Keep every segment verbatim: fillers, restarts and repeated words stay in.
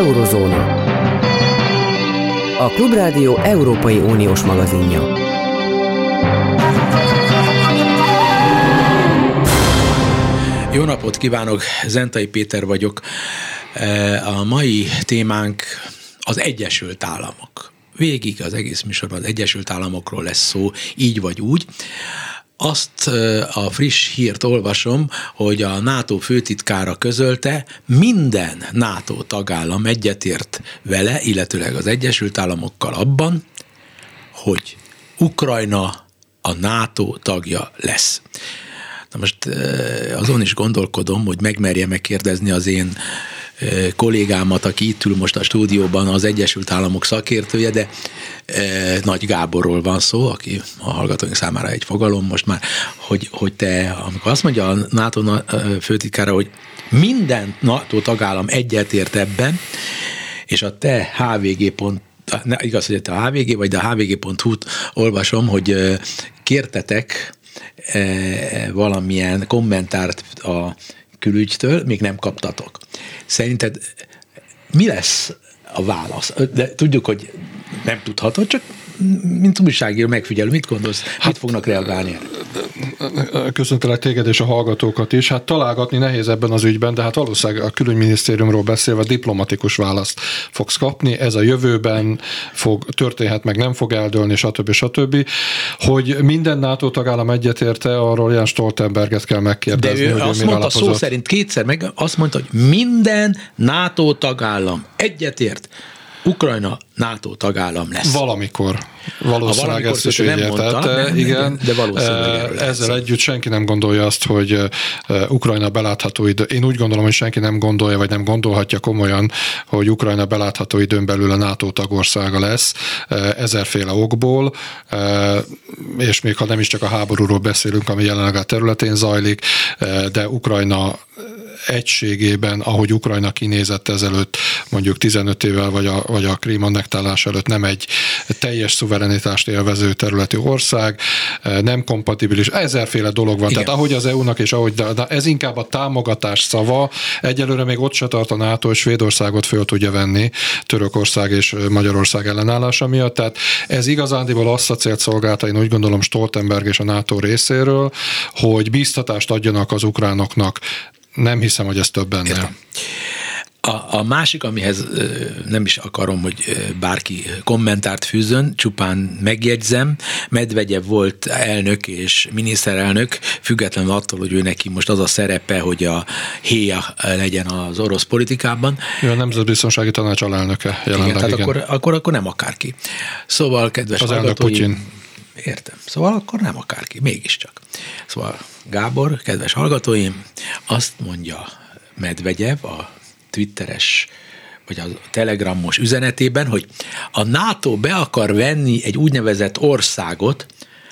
Eurozóna. A Klubrádió Európai Uniós magazinja. Jó napot kívánok, Zentai Péter vagyok. A mai témánk az Egyesült Államok. Végig az egész műsorban az Egyesült Államokról lesz szó, így vagy úgy. Azt a friss hírt olvasom, hogy a NATO főtitkára közölte, minden NATO tagállam egyetért vele, illetőleg az Egyesült Államokkal abban, hogy Ukrajna a NATO tagja lesz. Na most azon is gondolkodom, hogy megmerje megkérdezni az én kollégámat, aki itt ül most a stúdióban, az Egyesült Államok szakértője, de e, Nagy Gáborról van szó, aki a hallgatóink számára egy fogalom most már, hogy, hogy te, amikor azt mondja a NATO főtitkára, hogy minden NATO tagállam egyetért ebben, és a te há vé gé pont ne, igaz, hogy te a há vé gé vagy, de a há vé gé pont hú-t olvasom, hogy kértetek e, valamilyen kommentárt a külügytől, még nem kaptatok. Szerinted mi lesz a válasz? De tudjuk, hogy nem tudhatod, csak mint újságíró megfigyelő, mit gondolsz, hát, mit fognak reagálni? Köszöntelek téged és a hallgatókat is. Hát találgatni nehéz ebben az ügyben, de hát valószínűleg a külügyminisztériumról beszélve diplomatikus választ fogsz kapni. Ez a jövőben fog, történhet, meg nem fog eldőlni, stb. stb. Hogy minden NATO tagállam egyetérte, arról Jens Stoltenberget kell megkérdezni. De ő hogy azt ő mondta alapozott. Szó szerint kétszer, meg azt mondta, hogy minden NATO tagállam egyetért, Ukrajna NATO tagállam lesz. Valamikor. Valószínűleg valamikor ezt is így értette. Igen, de valószínűleg ezzel együtt senki nem gondolja azt, hogy Ukrajna belátható idő. Én úgy gondolom, hogy senki nem gondolja, vagy nem gondolhatja komolyan, hogy Ukrajna belátható időn belül a NATO tagországa lesz, ezerféle okból, és még ha nem is csak a háborúról beszélünk, ami jelenleg a területén zajlik, de Ukrajna egységében, ahogy Ukrajna kinézett ezelőtt mondjuk tizenöt évvel, vagy a, vagy a Krím annektálás előtt nem egy teljes szuverenitást élvező területi ország, nem kompatibilis, ezerféle dolog van. Igen. Tehát ahogy az é u-nak és ahogy, de ez inkább a támogatás szava, egyelőre még ott se tart a NATO, és Svédországot föl tudja venni Törökország és Magyarország ellenállása miatt. Tehát ez igazándiból azt a célt szolgálta, én úgy gondolom Stoltenberg és a NATO részéről, hogy bíztatást adjanak az ukránoknak. Nem hiszem, hogy ez több ennél. A, a másik, amihez nem is akarom, hogy bárki kommentárt fűzön, csupán megjegyzem, Medvegyev volt elnök és miniszterelnök, függetlenül attól, hogy ő neki most az a szerepe, hogy a héja legyen az orosz politikában. Ő a Nemzetbiztonsági Tanács alelnöke jelenleg. Igen, tehát igen. Akkor, akkor, akkor nem akárki. Szóval, kedves az hallgatói, elnök Putyin. Értem. Szóval akkor nem akárki, mégiscsak. Szóval Gábor, kedves hallgatóim, azt mondja Medvegyev a twitteres vagy a telegramos üzenetében, hogy a NATO be akar venni egy úgynevezett országot,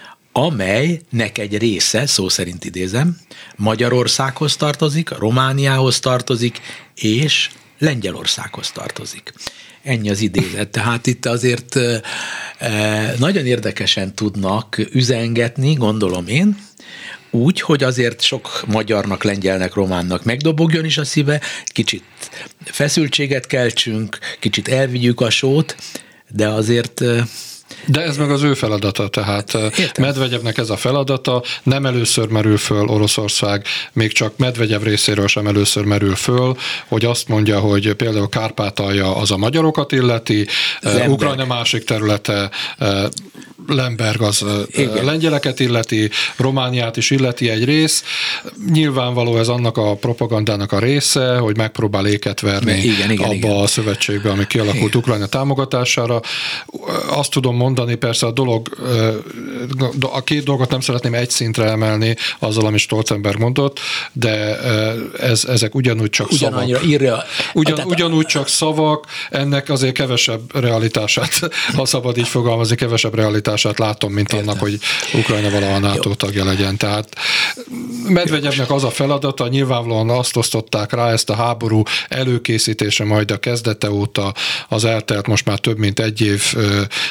amelynek egy része, szó szerint idézem, Magyarországhoz tartozik, Romániához tartozik, és Lengyelországhoz tartozik. Ennyi az idézet. Tehát itt azért e, nagyon érdekesen tudnak üzengetni, gondolom én, úgy, hogy azért sok magyarnak, lengyelnek, románnak megdobogjon is a szíve, kicsit feszültséget keltsünk, kicsit elvigyük a sót, de azért... De ez meg az ő feladata, tehát Értem. Medvegyevnek ez a feladata, nem először merül föl Oroszország, még csak Medvegyev részéről sem először merül föl, hogy azt mondja, hogy például Kárpátalja az a magyarokat illeti, Lemberg. Ukrajna másik területe, Lemberg az igen. lengyeleket illeti, Romániát is illeti egy rész. Nyilvánvaló ez annak a propagandának a része, hogy megpróbál éket verni igen, igen, abba igen. a szövetségbe, ami kialakult igen. Ukrajna támogatására. Azt tudom mondani, persze a dolog, a két dolgot nem szeretném egy szintre emelni azzal, amit Stoltenberg mondott, de ez, ezek ugyanúgy csak Ugyanannyira szavak. Írja, Ugyan, tehát, ugyanúgy csak szavak, ennek azért kevesebb realitását, ha szabad így fogalmazni, kevesebb realitását látom, mint Értem. Annak, hogy Ukrajna valaha NATO Jó. tagja legyen. Tehát Medvegyevnek az a feladata, nyilvánvalóan azt osztották rá ezt a háború előkészítése majd a kezdete óta, az eltelt most már több mint egy évben lassan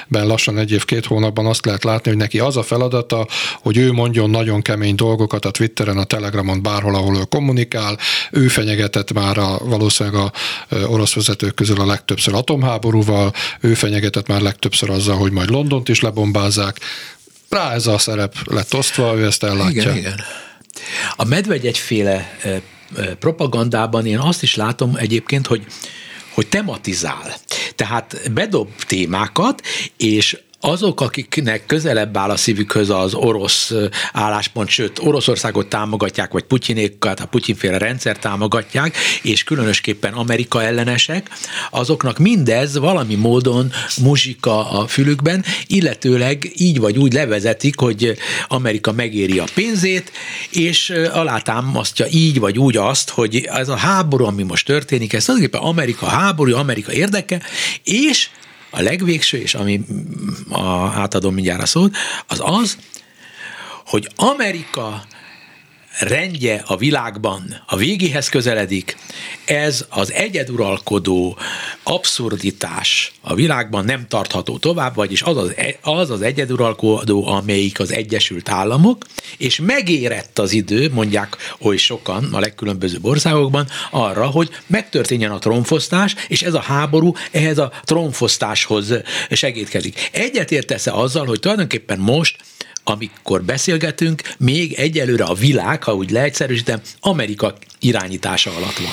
lassan egy év, két hónapban azt lehet látni, hogy neki az a feladata, hogy ő mondjon nagyon kemény dolgokat a Twitteren, a Telegramon, bárhol, ahol ő kommunikál. Ő fenyegetett már a, valószínűleg a orosz vezetők közül a legtöbbször atomháborúval, ő fenyegetett már legtöbbször azzal, hogy majd Londont is lebombázzák. Rá ez a szerep lett osztva, ő ezt ellátja. Igen, igen. A Medvegyegyféle propagandában én azt is látom egyébként, hogy, hogy tematizál. Tehát bedob témákat, és azok, akiknek közelebb áll a szívükhöz az orosz álláspont, sőt, Oroszországot támogatják, vagy Putyinékat, a Putyinféle rendszer támogatják, és különösképpen Amerika ellenesek, azoknak mindez valami módon muzsika a fülükben, illetőleg így vagy úgy levezetik, hogy Amerika megéri a pénzét, és alátámasztja így vagy úgy azt, hogy ez a háború, ami most történik, ez tulajdonképpen Amerika háború, Amerika érdeke, és a legvégső, és ami a, átadom mindjárt a szót, az az, hogy Amerika rendje a világban a végéhez közeledik, ez az egyeduralkodó abszurditás a világban nem tartható tovább, vagyis az az, az, az egyeduralkodó, amelyik az Egyesült Államok, és megérett az idő, mondják oly sokan a legkülönbözőbb országokban, arra, hogy megtörténjen a trónfosztás, és ez a háború ehhez a trónfosztáshoz segítkezik. Egyetértesz-e azzal, hogy tulajdonképpen most, amikor beszélgetünk, még egyelőre a világ, ha úgy leegyszerűsítem, Amerika irányítása alatt van?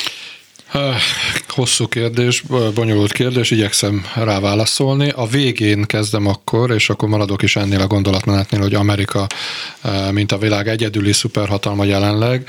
Hosszú kérdés, bonyolult kérdés, igyekszem rá válaszolni. A végén kezdem akkor, és akkor maradok is ennél a gondolatmenetnél, hogy Amerika, mint a világ egyedüli szuperhatalma jelenleg.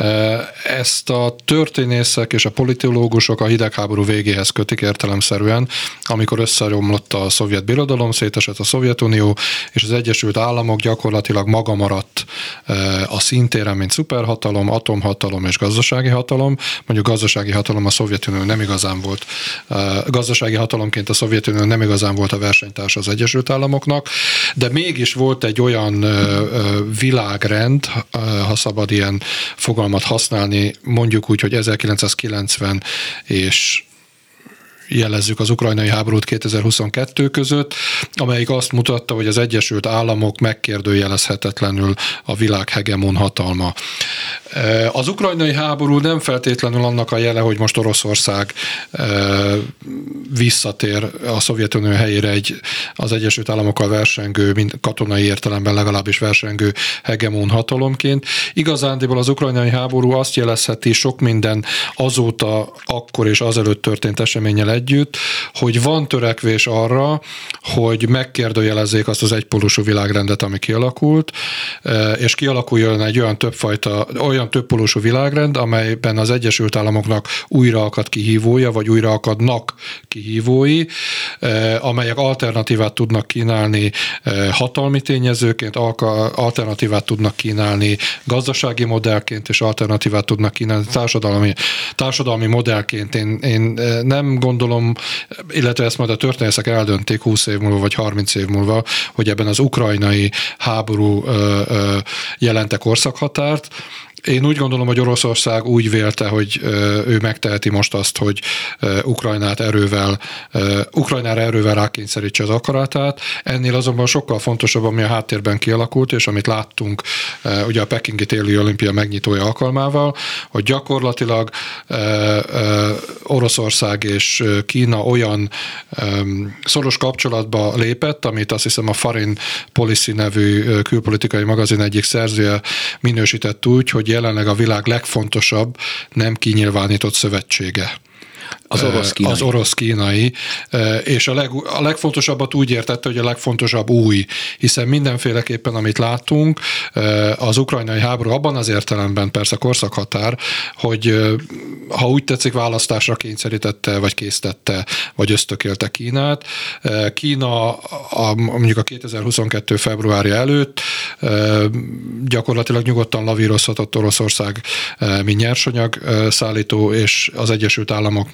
Ezt a történészek és a politológusok a hidegháború végéhez kötik értelemszerűen, amikor összeromlott a szovjet birodalom, szétesett a Szovjetunió, és az Egyesült Államok gyakorlatilag maga maradt a színtéren, mint szuperhatalom, atomhatalom és gazdasági hatalom. Mondjuk gazdasági hatalom a Szovjetunió nem igazán volt, gazdasági hatalomként a Szovjetunió nem igazán volt a versenytárs az Egyesült Államoknak, de mégis volt egy olyan világrend, ha szabad ilyen fogalmat használni, mondjuk úgy, hogy ezerkilencszázkilencven és jelezzük az ukrajnai háborút kétezer-huszonkettő között, amelyik azt mutatta, hogy az Egyesült Államok megkérdőjelezhetetlenül a világ hegemon hatalma. Az ukrajnai háború nem feltétlenül annak a jele, hogy most Oroszország visszatér a Szovjetunió helyére egy az Egyesült Államokkal versengő, mint katonai értelemben legalábbis versengő hegemon hatalomként. Igazándiból az ukrajnai háború azt jelezheti sok minden azóta, akkor és azelőtt történt eseményel együtt, hogy van törekvés arra, hogy megkérdőjelezzék azt az egypólusú világrendet, ami kialakult, és kialakuljon egy olyan többfajta, olyan többpólusú világrend, amelyben az Egyesült Államoknak újra akad kihívója, vagy újra akadnak kihívói, amelyek alternatívát tudnak kínálni hatalmi tényezőként, alternatívát tudnak kínálni gazdasági modellként, és alternatívát tudnak kínálni társadalmi, társadalmi modellként. Én, én nem gondolom, illetve ezt majd a történészek eldöntik húsz év múlva, vagy harminc év múlva, hogy ebben az ukrajnai háború jelente korszakhatárt. Én úgy gondolom, hogy Oroszország úgy vélte, hogy ő megteheti most azt, hogy Ukrajnát erővel, Ukrajnára erővel rákényszerítse az akaratát. Ennél azonban sokkal fontosabb, ami a háttérben kialakult, és amit láttunk ugye a pekingi téli olimpia megnyitója alkalmával, hogy gyakorlatilag Oroszország és Kína olyan szoros kapcsolatba lépett, amit azt hiszem a Foreign Policy nevű külpolitikai magazin egyik szerzője minősített úgy, hogy jelenleg a világ legfontosabb nem kinyilvánított szövetsége. Az orosz-kínai. Az orosz-kínai, és a, leg, a legfontosabbat úgy értette, hogy a legfontosabb új, hiszen mindenféleképpen, amit láttunk, az ukrajnai háború abban az értelemben persze korszakhatár, hogy ha úgy tetszik, választásra kényszerítette, vagy késztette, vagy ösztökélte Kínát. Kína a, mondjuk a kétezer-huszonkettő februárja előtt gyakorlatilag nyugodtan lavírozhatott Oroszország, mint nyersanyag szállító, és az Egyesült Államok,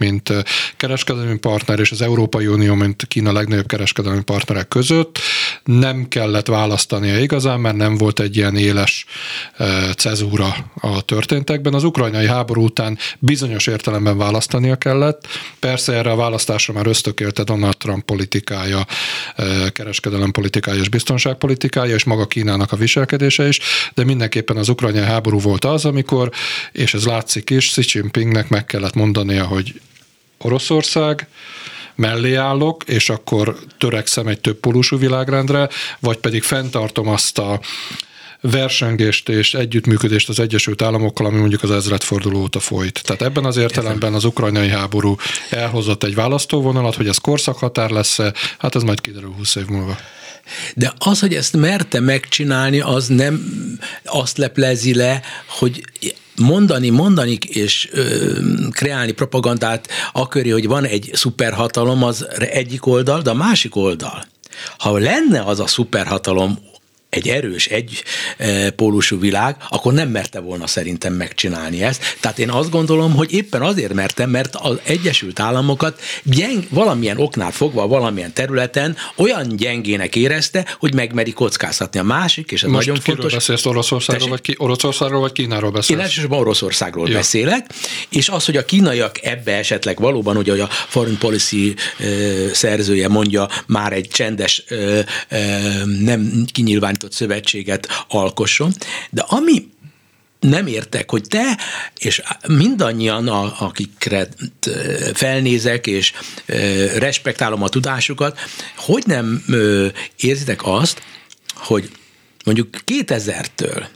mint kereskedelmi partner, és az Európai Unió, mint Kína legnagyobb kereskedelmi partnerek között nem kellett választania igazán, mert nem volt egy ilyen éles cezúra a történtekben. Az ukrajnai háború után bizonyos értelemben választania kellett. Persze erre a választásra már ösztökélte Donald Trump politikája, kereskedelem politikája és biztonságpolitikája, és maga Kínának a viselkedése is, de mindenképpen az ukrajnai háború volt az, amikor, és ez látszik is, Xi Jinpingnek meg kellett mondania, hogy Oroszország, mellé állok, és akkor törekszem egy több pólusú világrendre, vagy pedig fenntartom azt a versengést és együttműködést az Egyesült Államokkal, ami mondjuk az ezredforduló óta folyt. Tehát ebben az értelemben az ukrajnai háború elhozott egy választóvonalat, hogy ez korszakhatár lesz-e, hát ez majd kiderül húsz év múlva. De az, hogy ezt merte megcsinálni, az nem azt leplezi le, hogy mondani, mondani és ö, kreálni propagandát aköré, hogy van egy szuperhatalom, az egyik oldal, de a másik oldal. Ha lenne az a szuperhatalom egy erős, egy pólusú világ, akkor nem merte volna szerintem megcsinálni ezt. Tehát én azt gondolom, hogy éppen azért mertem, mert az Egyesült Államokat gyeng, valamilyen oknál fogva, valamilyen területen olyan gyengének érezte, hogy megmeri kockáztatni. A másik, és ez most nagyon fontos. Most beszélsz Oroszországról vagy, ki, Oroszországról vagy Kínáról beszélsz? Én elsősorban Oroszországról ja. beszélek, és az, hogy a kínaiak ebbe esetleg valóban, hogy a Foreign Policy ö, szerzője mondja, már egy csendes, ö, ö, nem kinyilvánított szövetséget alkosson, de ami nem értek, hogy te és mindannyian, akikre felnézek és respektálom a tudásukat, hogy nem érzitek azt, hogy mondjuk kétezertől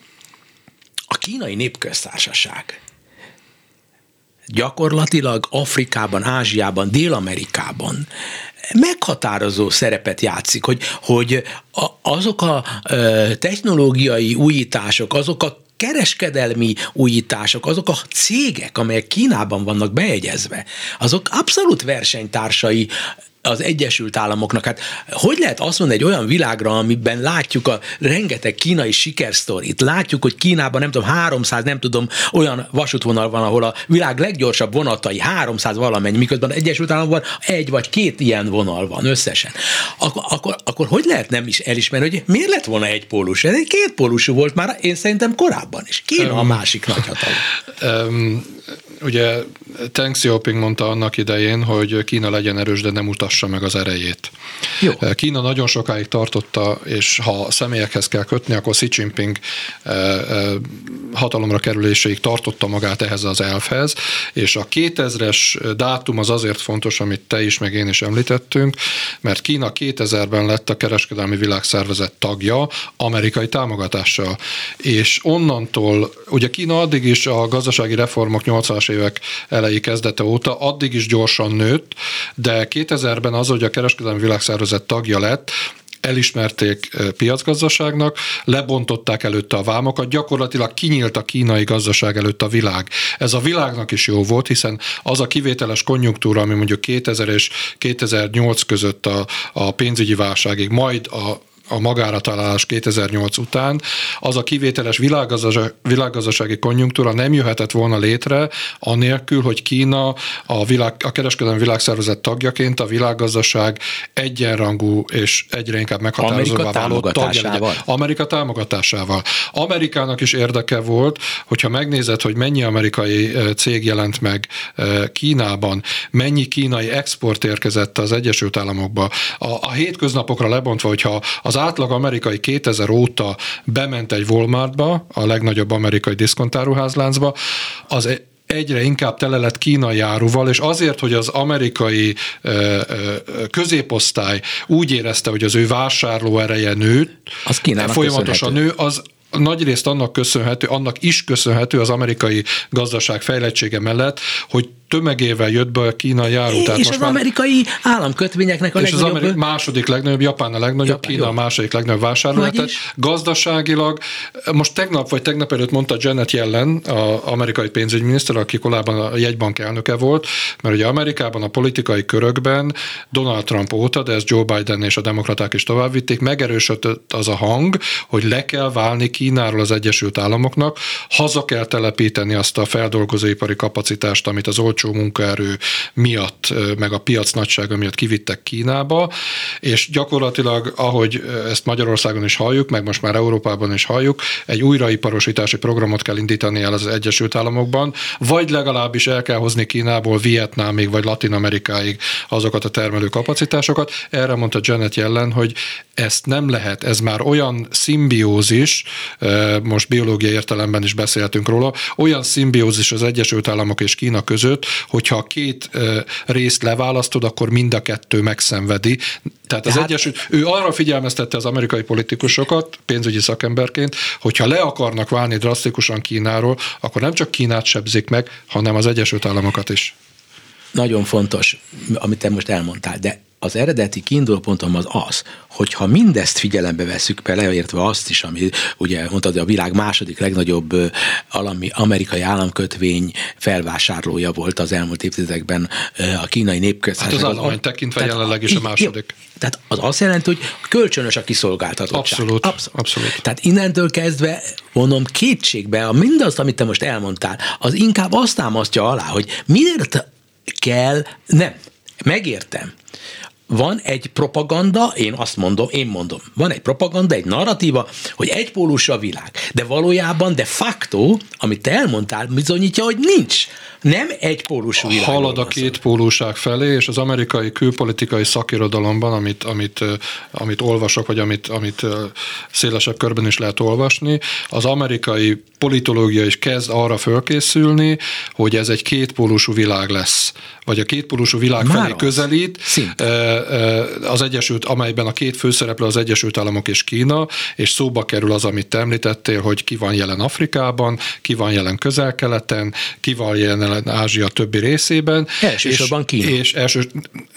a Kínai Népköztársaság gyakorlatilag Afrikában, Ázsiában, Dél-Amerikában meghatározó szerepet játszik, hogy, hogy azok a technológiai újítások, azok a kereskedelmi újítások, azok a cégek, amelyek Kínában vannak bejegyezve, azok abszolút versenytársai az Egyesült Államoknak. Hát hogy lehet azt mondani egy olyan világra, amiben látjuk a rengeteg kínai sikersztorit, látjuk, hogy Kínában nem tudom, háromszáz, nem tudom, olyan vasútvonal van, ahol a világ leggyorsabb vonatai háromszáz valamennyi, miközben az Egyesült Államokban egy vagy két ilyen vonal van összesen. Akkor, akkor, akkor hogy lehet nem is elismerni, hogy miért lett volna egy pólus? Ez egy két pólusú volt már, én szerintem korábban is. Kína um, a másik nagyhatalom. Um, ugye Deng Xiaoping mondta annak idején, hogy Kína legyen erős, de nem utassa meg az erejét. Jó. Kína nagyon sokáig tartotta, és ha személyekhez kell kötni, akkor Xi Jinping hatalomra kerüléséig tartotta magát ehhez az elfhez, és a kétezres dátum az azért fontos, amit te is, meg én is említettünk, mert Kína kétezerben lett a Kereskedelmi Világszervezet tagja amerikai támogatással, és onnantól, ugye Kína addig is a gazdasági reformok nyolcvanas évek elejé kezdete óta addig is gyorsan nőtt, de kétezerben az, hogy a Kereskedelmi Világszervezet tagja lett, elismerték piacgazdaságnak, lebontották előtte a vámokat, gyakorlatilag kinyílt a kínai gazdaság előtt a világ. Ez a világnak is jó volt, hiszen az a kivételes konjunktúra, ami mondjuk kétezer és kétezer-nyolc között a, a pénzügyi válságig, majd a a magára találás kétezer-nyolc után, az a kivételes világgazdaság, világgazdasági konjunktúra nem jöhetett volna létre, anélkül, hogy Kína a, világ, a Kereskedelmi Világszervezet tagjaként a világgazdaság egyenrangú és egyre inkább meghatározóvá váló tagja legyen. Amerika támogatásával. Amerikának is érdeke volt, hogyha megnézed, hogy mennyi amerikai cég jelent meg Kínában, mennyi kínai export érkezett az Egyesült Államokba. A, a hétköznapokra lebontva, hogyha az átlag amerikai kétezer óta bement egy Walmartba, a legnagyobb amerikai diszkontáruházláncba, az egyre inkább tele lett kínai áruval, és azért, hogy az amerikai ö, ö, középosztály úgy érezte, hogy az ő vásárló ereje nőtt, az folyamatosan nő, az nagyrészt annak köszönhető, annak is köszönhető az amerikai gazdaság fejlettsége mellett, hogy tömegével jött be a kínai áru. És most az már... amerikai államkötvényeknek a és legnagyobb... És az amerikai második legnagyobb, Japán a legnagyobb, Japán, Kína jó. a második legnagyobb vásárló. Tehát gazdaságilag, most tegnap vagy tegnap előtt mondta Janet Yellen, az amerikai pénzügyminiszter, aki korábban a jegybank elnöke volt, mert ugye Amerikában a politikai körökben Donald Trump óta, de ezt Joe Biden és a demokraták is továbbvitték, megerősödött az a hang, hogy le kell válni Kínáról az Egyesült Államoknak, haza kell telepíteni azt a feldolgozóipari kapacitást, amit az olcsó olcsó munkaerő miatt, meg a piac nagysága miatt kivittek Kínába, és gyakorlatilag, ahogy ezt Magyarországon is halljuk, meg most már Európában is halljuk, egy újraiparosítási programot kell indítani el az Egyesült Államokban, vagy legalábbis el kell hozni Kínából Vietnámig, vagy Latin-Amerikáig azokat a termelő kapacitásokat. Erre mondta Janet Yellen, hogy ezt nem lehet, ez már olyan szimbiózis, most biológiai értelemben is beszéltünk róla, olyan szimbiózis az Egyesült Államok és Kína között, hogyha a két részt leválasztod, akkor mind a kettő megszenvedi. Tehát az hát... Egyesült, ő arra figyelmeztette az amerikai politikusokat, pénzügyi szakemberként, hogyha le akarnak válni drasztikusan Kínáról, akkor nem csak Kínát sebzik meg, hanem az Egyesült Államokat is. Nagyon fontos, amit te most elmondtál, de az eredeti kiindulópontom az az, hogyha mindezt figyelembe veszük, beleértve azt is, ami ugye mondtad, a világ második legnagyobb alami, amerikai államkötvény felvásárlója volt az elmúlt évtizedekben a kínai népköztársaság. Hát az állomány tekintve jelenleg is a második. Jó, tehát az azt jelenti, hogy kölcsönös a kiszolgáltatottság. Abszolút, abszolút. abszolút. Tehát innentől kezdve, mondom, kétségbe, mindazt, amit te most elmondtál, az inkább azt támasztja alá, hogy miért kell, nem, megértem. Van egy propaganda, én azt mondom, én mondom, van egy propaganda, egy narratíva, hogy egypólusú a világ. De valójában de facto, amit te elmondtál, bizonyítja, hogy nincs. Nem egypólusú világ. Halad a kétpólusság felé, és az amerikai külpolitikai szakirodalomban, amit, amit, amit olvasok, vagy amit, amit szélesebb körben is lehet olvasni, az amerikai politológia is kezd arra fölkészülni, hogy ez egy kétpólusú világ lesz. Vagy a kétpólusú világ Már felé az. közelít, Szinte. az Egyesült, amelyben a két főszereplő az Egyesült Államok és Kína, és szóba kerül az, amit te említettél, hogy ki van jelen Afrikában, ki van jelen Közel-Keleten, ki van jelen Ázsia többi részében. Elsősorban Kína. És, első,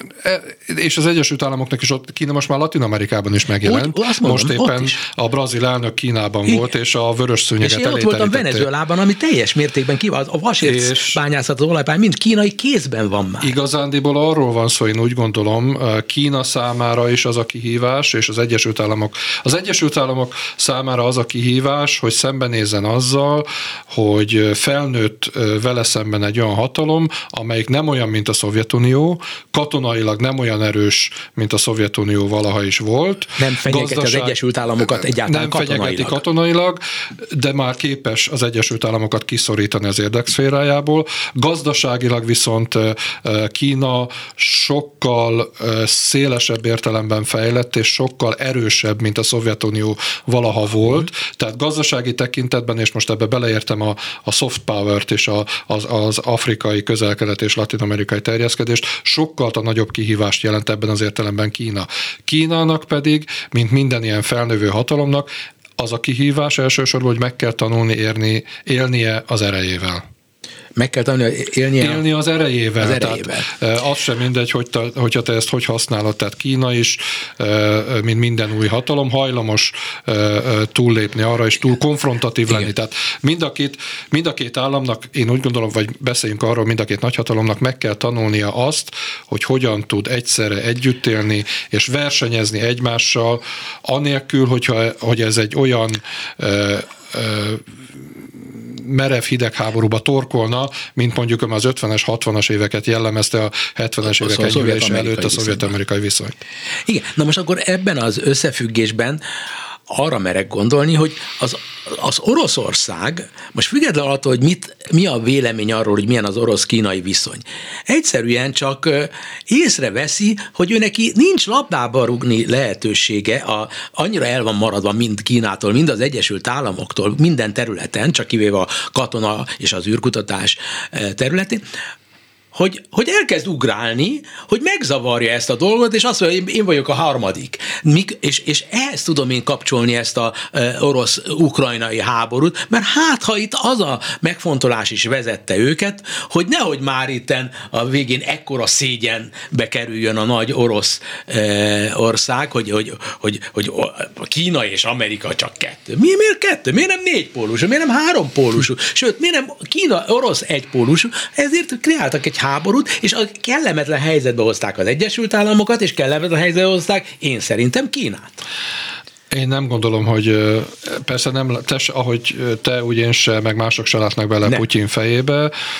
és az Egyesült Államoknak is ott, Kína most már Latin-Amerikában is megjelent. Úgy, mondom, most éppen a brazil elnök Kínában Igen. volt, és a vörös szőnyeget elé terítették. És én ott voltam Venezuelában, ami teljes mértékben ki van, a vasérc bányászat, az olajpály, mind kínai kézben van már. Igazándiból arról van szó, én úgy gondolom, Kína számára is az a kihívás, és az Egyesült Államok, az Egyesült Államok számára az a kihívás, hogy szembenézzen azzal, hogy felnőtt vele szemben egy olyan hatalom, amelyik nem olyan, mint a Szovjetunió, katonailag nem olyan erős, mint a Szovjetunió valaha is volt. Nem fenyegeti Gazdaság, az Egyesült Államokat egyáltalán nem katonailag. fenyegeti katonailag, de már képes az Egyesült Államokat kiszorítani az érdekszférájából. Gazdaságilag viszont Kína sokkal szélesebb értelemben fejlett, és sokkal erősebb, mint a Szovjetunió valaha volt. Tehát gazdasági tekintetben, és most ebbe beleértem a, a soft power-t és a, az, az afrikai, közel-kelet és latin-amerikai terjeszkedést, sokkal a nagyobb kihívást jelent ebben az értelemben Kína. Kínának pedig, mint minden ilyen felnövő hatalomnak, az a kihívás elsősorban, hogy meg kell tanulni érni, élnie az erejével. Meg kell tanulni élni, élni az erejével. Az erejével. Tehát, az sem mindegy, hogy te, hogyha te ezt hogy használod. Tehát Kína is, mint minden új hatalom, hajlamos túllépni arra, és túl konfrontatív lenni. Igen. Tehát mind a, két, mind a két államnak, én úgy gondolom, vagy beszéljünk arról, mind a két nagyhatalomnak meg kell tanulnia azt, hogy hogyan tud egyszerre együtt élni, és versenyezni egymással, anélkül, hogyha, hogy ez egy olyan ö, ö, merev hidegháborúba torkolna, mint mondjuk az ötvenes, hatvanas éveket jellemezte a hetvenes évek enyhülése előtt a szovjet-amerikai viszonyt. Igen, na most akkor ebben az összefüggésben arra merek gondolni, hogy az, az Oroszország, most függetlenül attól, hogy mit, mi a vélemény arról, hogy milyen az orosz-kínai viszony, egyszerűen csak észreveszi, hogy ő neki nincs labdába rúgni lehetősége, a, annyira el van maradva mind Kínától, mind az Egyesült Államoktól, minden területen, csak kivéve a katona és az űrkutatás területén, Hogy, hogy elkezd ugrálni, hogy megzavarja ezt a dolgot, és azt mondja, hogy én vagyok a harmadik. Mik, és, és ehhez tudom én kapcsolni ezt a e, orosz-ukrajnai háborút, mert hát, ha itt az a megfontolás is vezette őket, hogy nehogy már itten a végén ekkora szégyenbe kerüljön a nagy orosz e, ország, hogy, hogy, hogy, hogy Kína és Amerika csak kettő. Mi, miért kettő? Miért nem négy pólusú? Miért nem három pólusú? Sőt, miért nem Kína, orosz egy pólusú? Ezért kreáltak egy háborút, és a kellemetlen helyzetbe hozták az Egyesült Államokat, és kellemetlen helyzetbe hozták, én szerintem, Kínát. Én nem gondolom, hogy persze nem, te, ahogy te, úgy én se, meg mások se látnak bele ne. Putyin fejébe.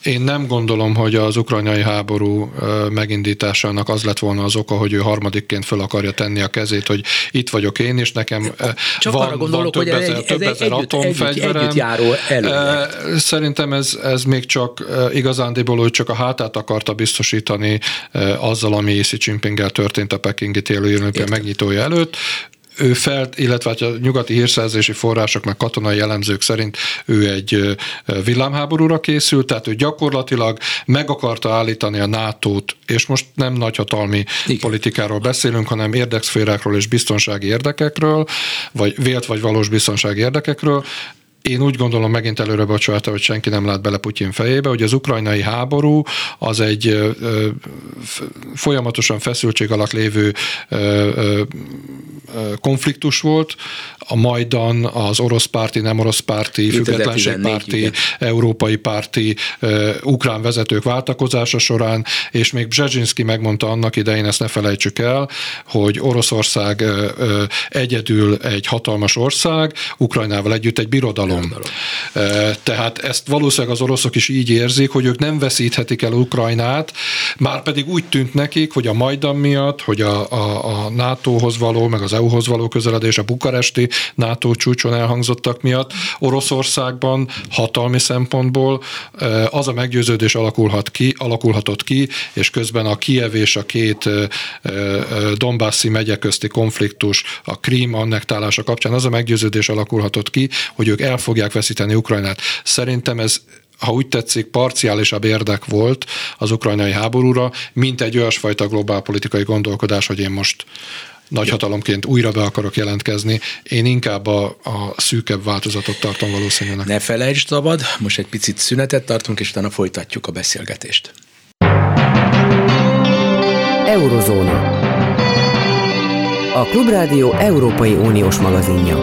Én nem gondolom, hogy az ukrajnai háború megindításának az lett volna az oka, hogy ő harmadikként föl akarja tenni a kezét, hogy itt vagyok én, és nekem Csak van, arra gondolok, van több hogy ezer, ez több egy, ezer együtt, atomfegyverem. együtt járó előre. Szerintem ez, ez még csak igazándiból, hogy csak a hátát akarta biztosítani azzal, ami Xi Jinpinggel történt a pekingi téli olimpia megnyitója előtt. Ő fel, illetve a nyugati hírszerzési források, meg katonai elemzők szerint ő egy villámháborúra készült, tehát ő gyakorlatilag meg akarta állítani a nátót, és most nem nagyhatalmi Igen. politikáról beszélünk, hanem érdekszférákról és biztonsági érdekekről, vagy vélt vagy valós biztonsági érdekekről. Én úgy gondolom, megint előre bocsánat, hogy senki nem lát bele Putyin fejébe, hogy az ukrajnai háború az egy ö, ö, folyamatosan feszültség alatt lévő ö, ö, konfliktus volt. A Majdan, az orosz párti, nem orosz párti, függetlenségpárti, európai párti, uh, ukrán vezetők váltakozása során, és még Bzsezsinszky megmondta annak idején, ezt ne felejtsük el, hogy Oroszország uh, uh, egyedül egy hatalmas ország, Ukrajnával együtt egy birodalom. birodalom. Uh, tehát ezt valószínűleg az oroszok is így érzik, hogy ők nem veszíthetik el Ukrajnát, már pedig úgy tűnt nekik, hogy a Majdan miatt, hogy a, a, a nátóhoz való, meg az é u-hoz való közeledés, a bukaresti NATO csúcson elhangzottak miatt Oroszországban hatalmi szempontból az a meggyőződés alakulhat ki, alakulhatott ki, és közben a Kijev és a két Donbassi megye közti konfliktus, a Krím annektálása kapcsán az a meggyőződés alakulhatott ki, hogy ők el fogják veszíteni Ukrajnát. Szerintem ez, ha úgy tetszik, parciálisabb érdek volt az ukrajnai háborúra, mint egy olyasfajta globálpolitikai gondolkodás, hogy én most nagyhatalomként újra be akarok jelentkezni. Én inkább a, a szűkebb változatot tartom valószínűleg. Ne felejtsd, szabad, most egy picit szünetet tartunk, és utána folytatjuk a beszélgetést. Eurozóna. A Klubrádió Európai Uniós magazinja.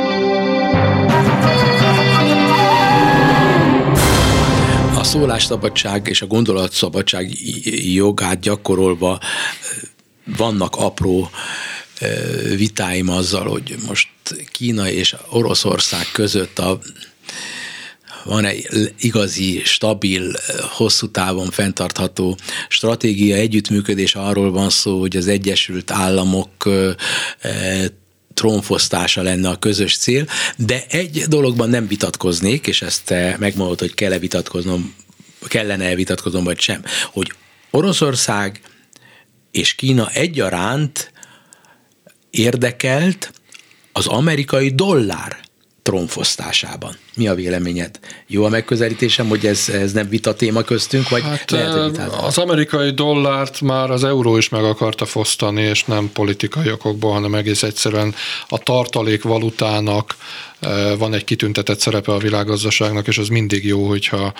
A szólásszabadság és a gondolatszabadság jogát gyakorolva vannak apró vitáim azzal, hogy most Kína és Oroszország között a, van egy igazi, stabil, hosszú távon fenntartható stratégia, együttműködés, arról van szó, hogy az Egyesült Államok trónfosztása lenne a közös cél, de egy dologban nem vitatkoznék, és ezt te megmondod, hogy kell-e vitatkoznom, kellene-e vitatkoznom, vagy sem, hogy Oroszország és Kína egyaránt érdekelt az amerikai dollár trónfosztásában. Mi a véleményed? Jó a megközelítésem, hogy ez, ez nem vita téma köztünk, vagy hát lehet, hogy az amerikai dollárt már az euró is meg akarta fosztani, és nem politikai okokból, hanem egész egyszerűen a tartalék valutának van egy kitüntetett szerepe a világgazdaságnak, és az mindig jó, hogyha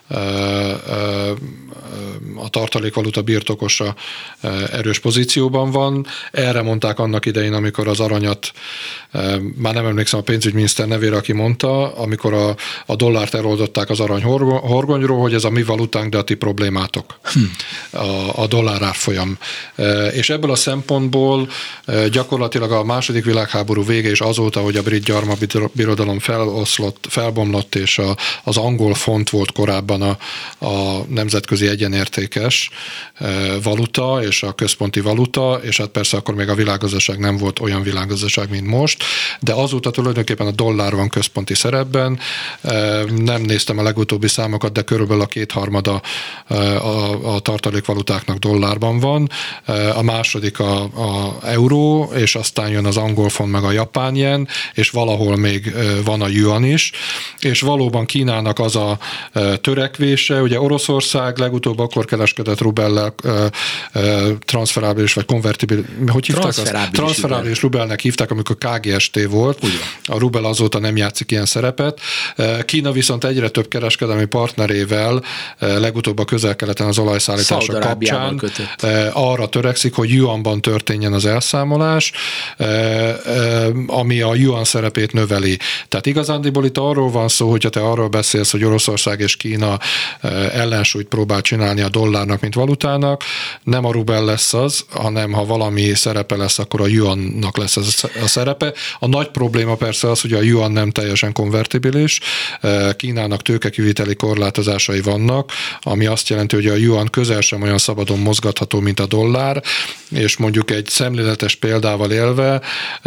a tartalékvaluta birtokosa erős pozícióban van. Erre mondták annak idején, amikor az aranyat, már nem emlékszem a pénzügyminiszter nevére, aki mondta, amikor a, a dollárt eloldották az arany horgonyról, hogy ez a mi valutánk, de a ti problémátok. Hm. A, a dollár árfolyam. És ebből a szempontból gyakorlatilag a második világháború vége, és azóta, hogy a brit gyarma birodalom feloszlott, felbomlott, és a, az angol font volt korábban a, a nemzetközi egyenértékes valuta, és a központi valuta, és hát persze akkor még a világgazdaság nem volt olyan világgazdaság, mint most, de azóta tulajdonképpen a dollár van központi szerepben. Nem néztem a legutóbbi számokat, de körülbelül a kétharmada a, a, a tartalékvalutáknak dollárban van. A második a, a euró, és aztán jön az angol font, meg a japán jen, és valahol még van a yuan is, és valóban Kínának az a törekvése, ugye Oroszország legutóbb akkor kereskedett rubellel, transferábilis vagy konvertibilis, hogy hívták transferábilis, azt? Transferábilis rubelnek hívták, amikor ká gé es té volt. Ugyan. A rubel azóta nem játszik ilyen szerepet. Kína viszont egyre több kereskedelmi partnerével, legutóbb a közel-keleten az olajszállítása kapcsán kötött. Arra törekszik, hogy yuanban történjen az elszámolás, ami a yuan szerepét növeli. Tehát igazándiból itt arról van szó, hogyha te arról beszélsz, hogy Oroszország és Kína ellensúlyt próbál csinálni a dollár dollárnak, mint valutának. Nem a rubel lesz az, hanem ha valami szerepe lesz, akkor a yuannak lesz ez a szerepe. A nagy probléma persze az, hogy a yuan nem teljesen konvertibilis. Kínának tőkekiviteli korlátozásai vannak, ami azt jelenti, hogy a yuan közel sem olyan szabadon mozgatható, mint a dollár, és mondjuk egy szemléletes példával élve,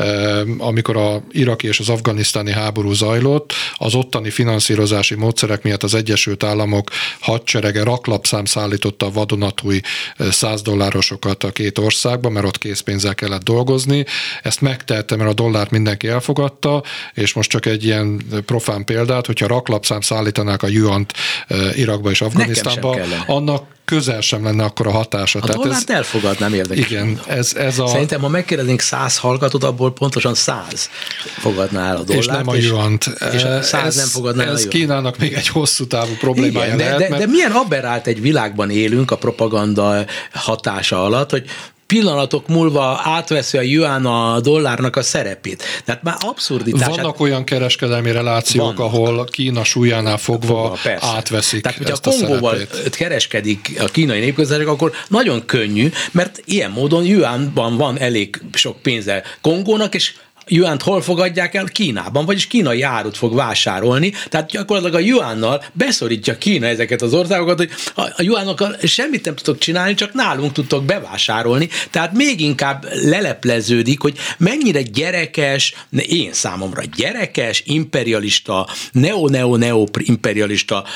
amikor a iraki és az afganisztáni háború zajlott, az ottani finanszírozási módszerek miatt az Egyesült Államok hadserege raklapszám szállította a vadonatúj száz dollárosokat a két országba, mert ott készpénzzel kellett dolgozni. Ezt megtehette, mert a dollárt mindenki elfogadta, és most csak egy ilyen profán példát, hogyha raklapszám szállítanák a yuant Irakba és Afganisztánba, annak közel sem lenne akkor a hatása. A dollárt ez, elfogadnám, érdekes. Igen, ez, ez a... Szerintem, ha megkérdeznénk száz hallgatót, abból pontosan száz fogadná el a dollárt. És nem a yuant. És a száz ez, nem fogadná el a yuant. Ez Kínának még egy hosszú távú problémája. Igen, de, lehet, de, mert... de milyen aberrált egy világban élünk a propaganda hatása alatt, hogy pillanatok múlva átveszi a yuan a dollárnak a szerepét. Tehát már abszurditás. Vannak olyan kereskedelmi relációk, vannak, ahol Kína súlyánál fogva persze. átveszik. Tehát, hogyha ezt a Kongóval szerepét. kereskedik a kínai népközösség, akkor nagyon könnyű, mert ilyen módon yuanban van elég sok pénze Kongónak, és yuant hol fogadják el? Kínában, vagyis kínai árut fog vásárolni, tehát gyakorlatilag a yuannal beszorítja Kína ezeket az országokat, hogy a yuannokkal semmit nem tudtok csinálni, csak nálunk tudtok bevásárolni, tehát még inkább lelepleződik, hogy mennyire gyerekes, én számomra gyerekes, imperialista, neo-neo-neo imperialista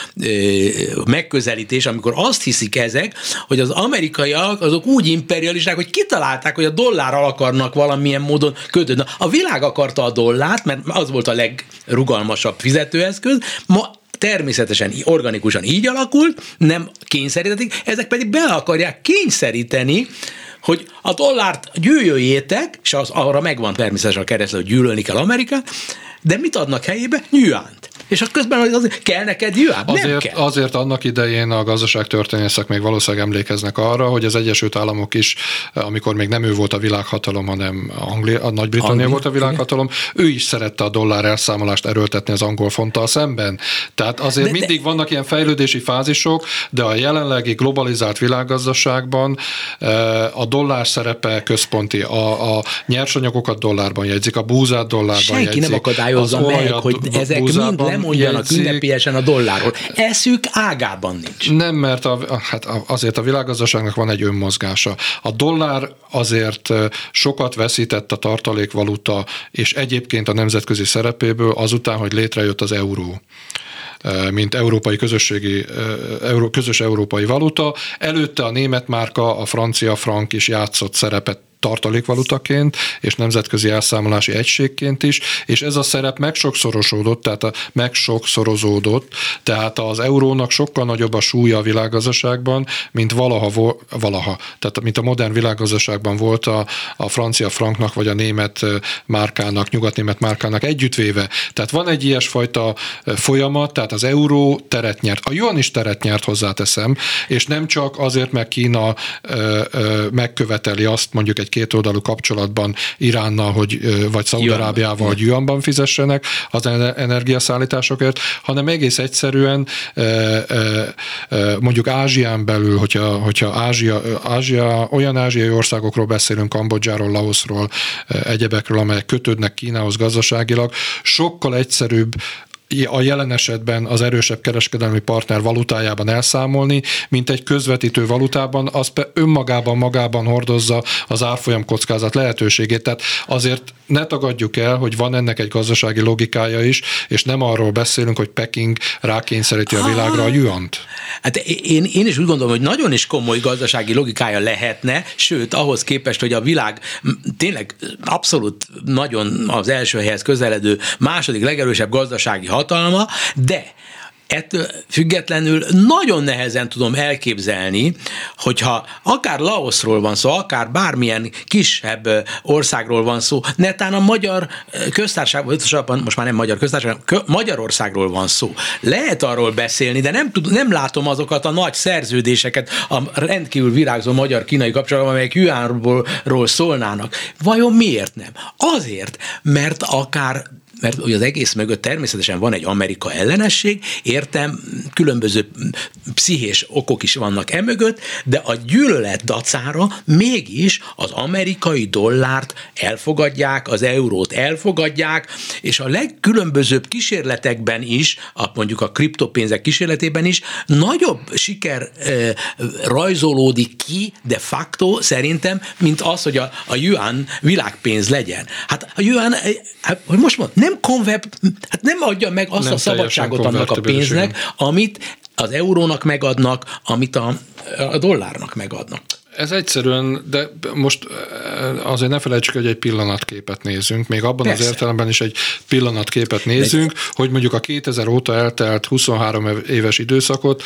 megközelítés, amikor azt hiszik ezek, hogy az amerikaiak azok úgy imperialisták, hogy kitalálták, hogy a dollárral akarnak valamilyen módon kötődni. A világ akarta a dollárt, mert az volt a legrugalmasabb fizetőeszköz, ma természetesen, organikusan így alakult, nem kényszerítették, ezek pedig be akarják kényszeríteni, hogy a dollárt gyűlöljétek, és az, arra megvan természetesen a kereslet, hogy gyűlölni kell Amerikát, de mit adnak helyébe? Yuant. És akkor közben azért kell neked yuan? Nem azért, kell. Azért annak idején a gazdaságtörténészek még valószínűleg emlékeznek arra, hogy az Egyesült Államok is, amikor még nem ő volt a világhatalom, hanem Anglia, a Nagy-Britannia Anglia, volt a világhatalom, igen. Ő is szerette a dollár elszámolást erőltetni az angol fonttal szemben. Tehát azért de, mindig de... vannak ilyen fejlődési fázisok, de a jelenlegi globalizált világgazdaságban a dollár szerepe központi, a, a nyersanyagokat dollárban jegyzik, a búzát dollárban Senki jegyzik. nem akadályozza meg, hogy ezek mind lemondjanak ünnepélyesen a dollárról. Eszük ágában nincs. Nem, mert a, hát azért a világgazdaságnak van egy önmozgása. A dollár azért sokat veszített a tartalékvaluta, és egyébként a nemzetközi szerepéből azután, hogy létrejött az euró, mint európai közösségi, közös európai valuta. Előtte a német márka, a francia frank is játszott szerepet tartalékvalutaként és nemzetközi elszámolási egységként is, és ez a szerep megsokszorosódott, tehát a, megsokszorozódott, tehát az eurónak sokkal nagyobb a súlya a világgazdaságban, mint valaha, valaha, tehát mint a modern világgazdaságban volt a, a francia franknak, vagy a német márkának, nyugatnémet márkának együttvéve. Tehát van egy ilyesfajta folyamat, tehát az euró teret nyert. A yuan is teret nyert, hozzáteszem, és nem csak azért, mert Kína ö, ö, megköveteli azt, mondjuk egy kétoldalú kapcsolatban Iránnal, hogy, vagy Szaúd-Arábiával, hogy yuanban fizessenek az energiaszállításokért, hanem egész egyszerűen mondjuk Ázsián belül, hogyha, hogyha Ázsia, Ázsia, olyan ázsiai országokról beszélünk, Kambodzsáról, Laoszról, egyebekről, amelyek kötődnek Kínához gazdaságilag, sokkal egyszerűbb a jelen esetben az erősebb kereskedelmi partner valutájában elszámolni, mint egy közvetítő valutában, az önmagában magában hordozza az árfolyam kockázat lehetőségét. Tehát azért ne tagadjuk el, hogy van ennek egy gazdasági logikája is, és nem arról beszélünk, hogy Peking rákényszeríti a világra a yuant. Hát én, én is úgy gondolom, hogy nagyon is komoly gazdasági logikája lehetne, sőt, ahhoz képest, hogy a világ tényleg abszolút nagyon az első helyhez közeledő második legerősebb gazdasági hatalma, de ettől függetlenül nagyon nehezen tudom elképzelni, hogyha akár Laoszról van szó, akár bármilyen kisebb országról van szó, netán a magyar köztársaság, most már nem magyar köztársaság, Magyarországról van szó. Lehet arról beszélni, de nem, tud, nem látom azokat a nagy szerződéseket a rendkívül virágzó magyar-kínai kapcsolatban, amelyek yuanról szólnának. Vajon miért nem? Azért, mert akár mert ugye az egész mögött természetesen van egy Amerika ellenesség, értem, különböző pszichés okok is vannak emögött, de a gyűlölet dacára mégis az amerikai dollárt elfogadják, az eurót elfogadják, és a legkülönbözőbb kísérletekben is, a, mondjuk a kriptopénzek kísérletében is nagyobb siker e, rajzolódik ki de facto szerintem, mint az, hogy a, a yuan világpénz legyen. Hát a yuan, hát, hogy most mondom, nem konvert, hát nem adja meg azt nem a szabadságot annak a pénznek, amit az eurónak megadnak, amit a, a dollárnak megadnak. Ez egyszerűen, de most azért ne felejtsük, hogy egy pillanatképet nézünk, még abban Persze. az értelemben is egy pillanatképet nézünk, de... hogy mondjuk a kétezer óta eltelt huszonhárom éves időszakot,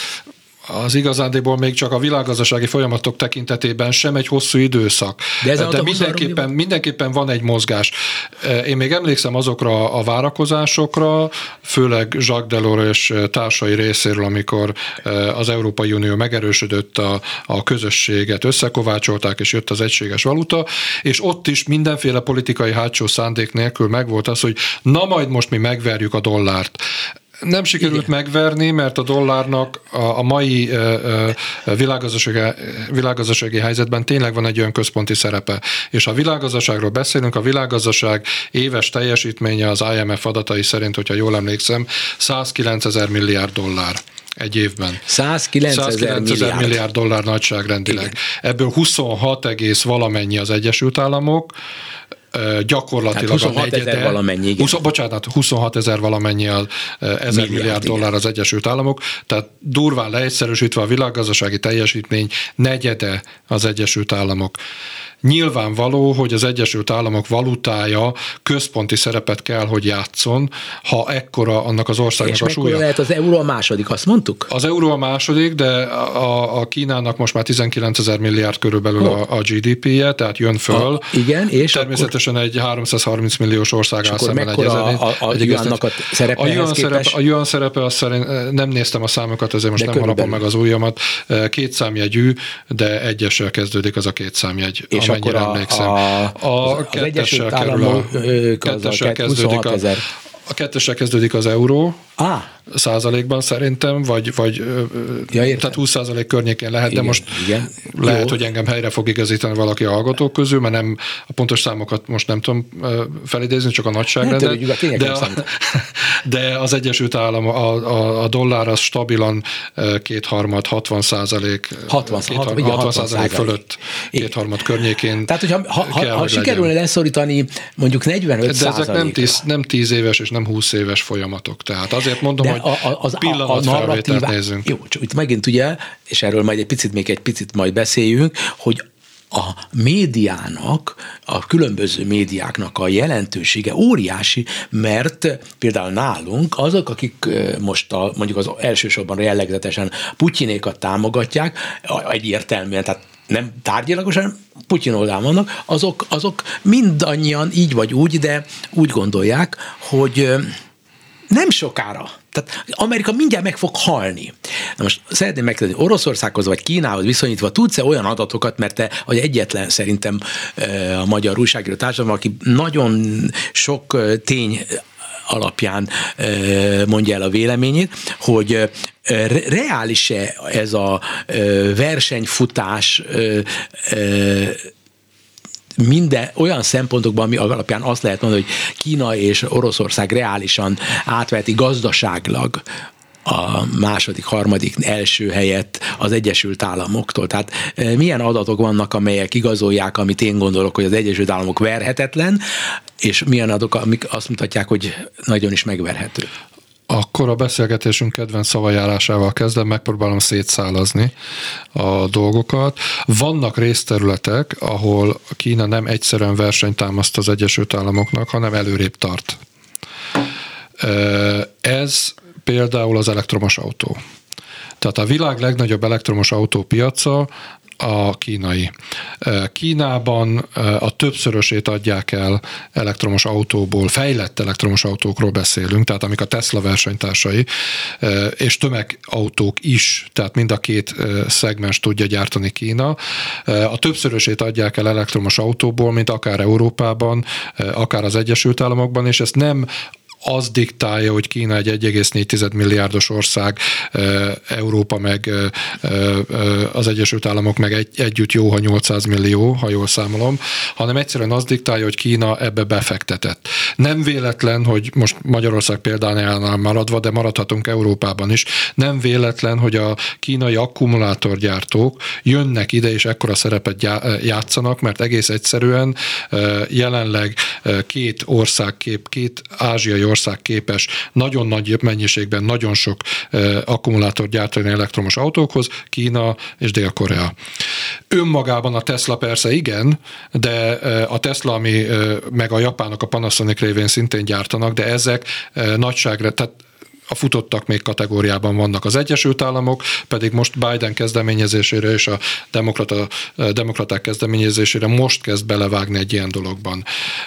az igazándiból még csak a világgazdasági folyamatok tekintetében sem egy hosszú időszak. De, De mindenképpen, mindenképpen van egy mozgás. Én még emlékszem azokra a várakozásokra, főleg Jacques Delors és társai részéről, amikor az Európai Unió megerősödött, a, a közösséget összekovácsolták, és jött az egységes valuta, és ott is mindenféle politikai hátsó szándék nélkül megvolt az, hogy na majd most mi megverjük a dollárt. Nem sikerült Igen. megverni, mert a dollárnak a, a mai világgazdasági, világgazdasági helyzetben tényleg van egy olyan központi szerepe. És ha világgazdaságról beszélünk, a világgazdaság éves teljesítménye az I M F adatai szerint, hogyha jól emlékszem, százkilencezer milliárd dollár. Egy évben. százkilencezer milliárd. milliárd dollár nagyságrendileg. Igen. Ebből huszonhat egész valamennyi az Egyesült Államok, gyakorlatilag hát a negyede, valamennyi, igen. húsz, bocsánat, huszonhat ezer valamennyi az ezer milliárd, milliárd dollár az Egyesült Államok, tehát durván leegyszerűsítve a világgazdasági teljesítmény negyede az Egyesült Államok. Nyilvánvaló, hogy az Egyesült Államok valutája központi szerepet kell, hogy játszon, ha ekkora annak az országnak és a súlya. És lehet az euró a második, azt mondtuk? Az euró a második, de a, a Kínának most már tizenkilencezer milliárd körülbelül oh. a, a gé dé pé-je, tehát jön föl. A, igen, és természetesen akkor... egy háromszázharminc milliós ország áll szemben egy ezer. A, a, a yuannak a szerepe a yuan szerepe, a yuan szerepe, azt szerint, nem néztem a számokat, ezért most de nem harapom meg az ujjamat. Két számjegyű, de egyessel kezdődik az a két számjegy. És akkor a, a, a, a kettessel kerül a kettessel kezdődik a, a kettessel kezdődik az euró. Ah. Százalékban szerintem, vagy, vagy ja, tehát húsz százalék környékén lehet, igen, de most igen. lehet, Jó. hogy engem helyre fog igazítani valaki a hallgatók közül, mert nem, a pontos számokat most nem tudom felidézni, csak a nagyságrendet. De, a, de az Egyesült Állam, a, a, a dollár az stabilan kétharmad, hatvan százalék, hatvan százalék fölött, kétharmad környékén. Tehát, hogyha ha, ha, ha sikerülne leszorítani mondjuk negyvenöt százalékra. De ezek nem tíz, nem tíz éves és nem húsz éves folyamatok. Tehát azért mondom, de hogy a, az, pillanatfelvételt nézzünk. Jó, csak itt megint ugye, és erről majd egy picit, még egy picit majd beszéljünk, hogy a médiának, a különböző médiáknak a jelentősége óriási, mert például nálunk azok, akik most a, mondjuk az elsősorban jellegzetesen Putyinékat támogatják, egyértelműen, tehát nem tárgyilagosan, Putyin oldalán vannak, azok, azok mindannyian így vagy úgy, de úgy gondolják, hogy nem sokára. Tehát Amerika mindjárt meg fog halni. Na most szeretném megkérdezni, Oroszországhoz vagy Kínához viszonyítva tudsz-e olyan adatokat, mert te vagy egyetlen szerintem a magyar újságíró társadalom, aki nagyon sok tény alapján mondja el a véleményét, hogy reális-e ez a versenyfutás minden olyan szempontokban, ami alapján azt lehet mondani, hogy Kína és Oroszország reálisan átveheti gazdaságlag a második, harmadik, első helyet az Egyesült Államoktól. Tehát milyen adatok vannak, amelyek igazolják, amit én gondolok, hogy az Egyesült Államok verhetetlen, és milyen adatok, amik azt mutatják, hogy nagyon is megverhető. Akkor a beszélgetésünk kedvenc szavajárásával kezdem, megpróbálom szétszálazni a dolgokat. Vannak részterületek, ahol Kína nem egyszerűen versenyt támaszt az Egyesült Államoknak, hanem előrébb tart. Ez például az elektromos autó. Tehát a világ legnagyobb elektromos autópiaca a kínai. Kínában a többszörösét adják el elektromos autóból, fejlett elektromos autókról beszélünk, tehát amik a Tesla versenytársai, és tömegautók is, tehát mind a két szegmens tudja gyártani Kína. A többszörösét adják el elektromos autóból, mint akár Európában, akár az Egyesült Államokban, és ezt nem az diktálja, hogy Kína egy egy egész négy milliárdos ország, Európa meg az Egyesült Államok meg egy, együtt jó, ha nyolcszáz millió, ha jól számolom, hanem egyszerűen az diktálja, hogy Kína ebbe befektetett. Nem véletlen, hogy most Magyarország példájánál maradva, de maradhatunk Európában is, nem véletlen, hogy a kínai akkumulátorgyártók jönnek ide, és ekkora szerepet játszanak, mert egész egyszerűen jelenleg két ország kép, két ázsiai ország képes nagyon nagy mennyiségben nagyon sok uh, akkumulátort gyártani elektromos autókhoz, Kína és Dél-Korea. Önmagában a Tesla persze igen, de uh, a Tesla, ami uh, meg a japánok a Panasonic révén szintén gyártanak, de ezek uh, nagyságra, tehát a futottak még kategóriában vannak. Az Egyesült Államok pedig most Biden kezdeményezésére és a demokrata, demokraták kezdeményezésére most kezd belevágni egy ilyen dologban.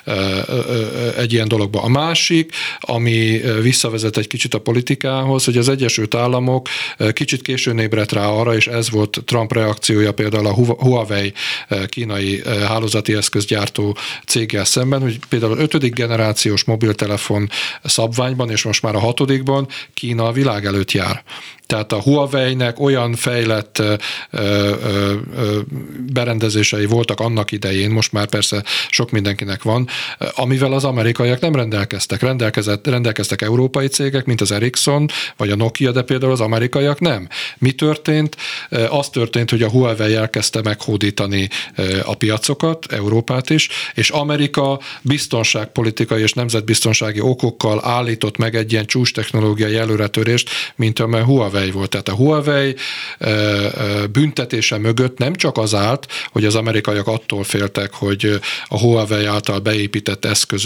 Egy ilyen dologban. A másik, ami visszavezet egy kicsit a politikához, hogy az Egyesült Államok kicsit későn ébredt rá arra, és ez volt Trump reakciója például a Huawei kínai hálózati eszközgyártó céggel szemben, hogy például az ötödik generációs mobiltelefon szabványban, és most már a hatodikban Kína a világ előtt jár. Tehát a Huawei-nek olyan fejlett ö, ö, ö, berendezései voltak annak idején, most már persze sok mindenkinek van, amivel az amerikaiak nem rendelkeztek. Rendelkezett, rendelkeztek európai cégek, mint az Ericsson, vagy a Nokia, de például az amerikaiak nem. Mi történt? Az történt, hogy a Huawei elkezdte meghódítani a piacokat, Európát is, és Amerika biztonságpolitikai és nemzetbiztonsági okokkal állított meg egy ilyen csúcs technológiai előretörést, mint amely Huawei volt. Tehát a Huawei büntetése mögött nem csak az állt, hogy az amerikaiak attól féltek, hogy a Huawei által beépített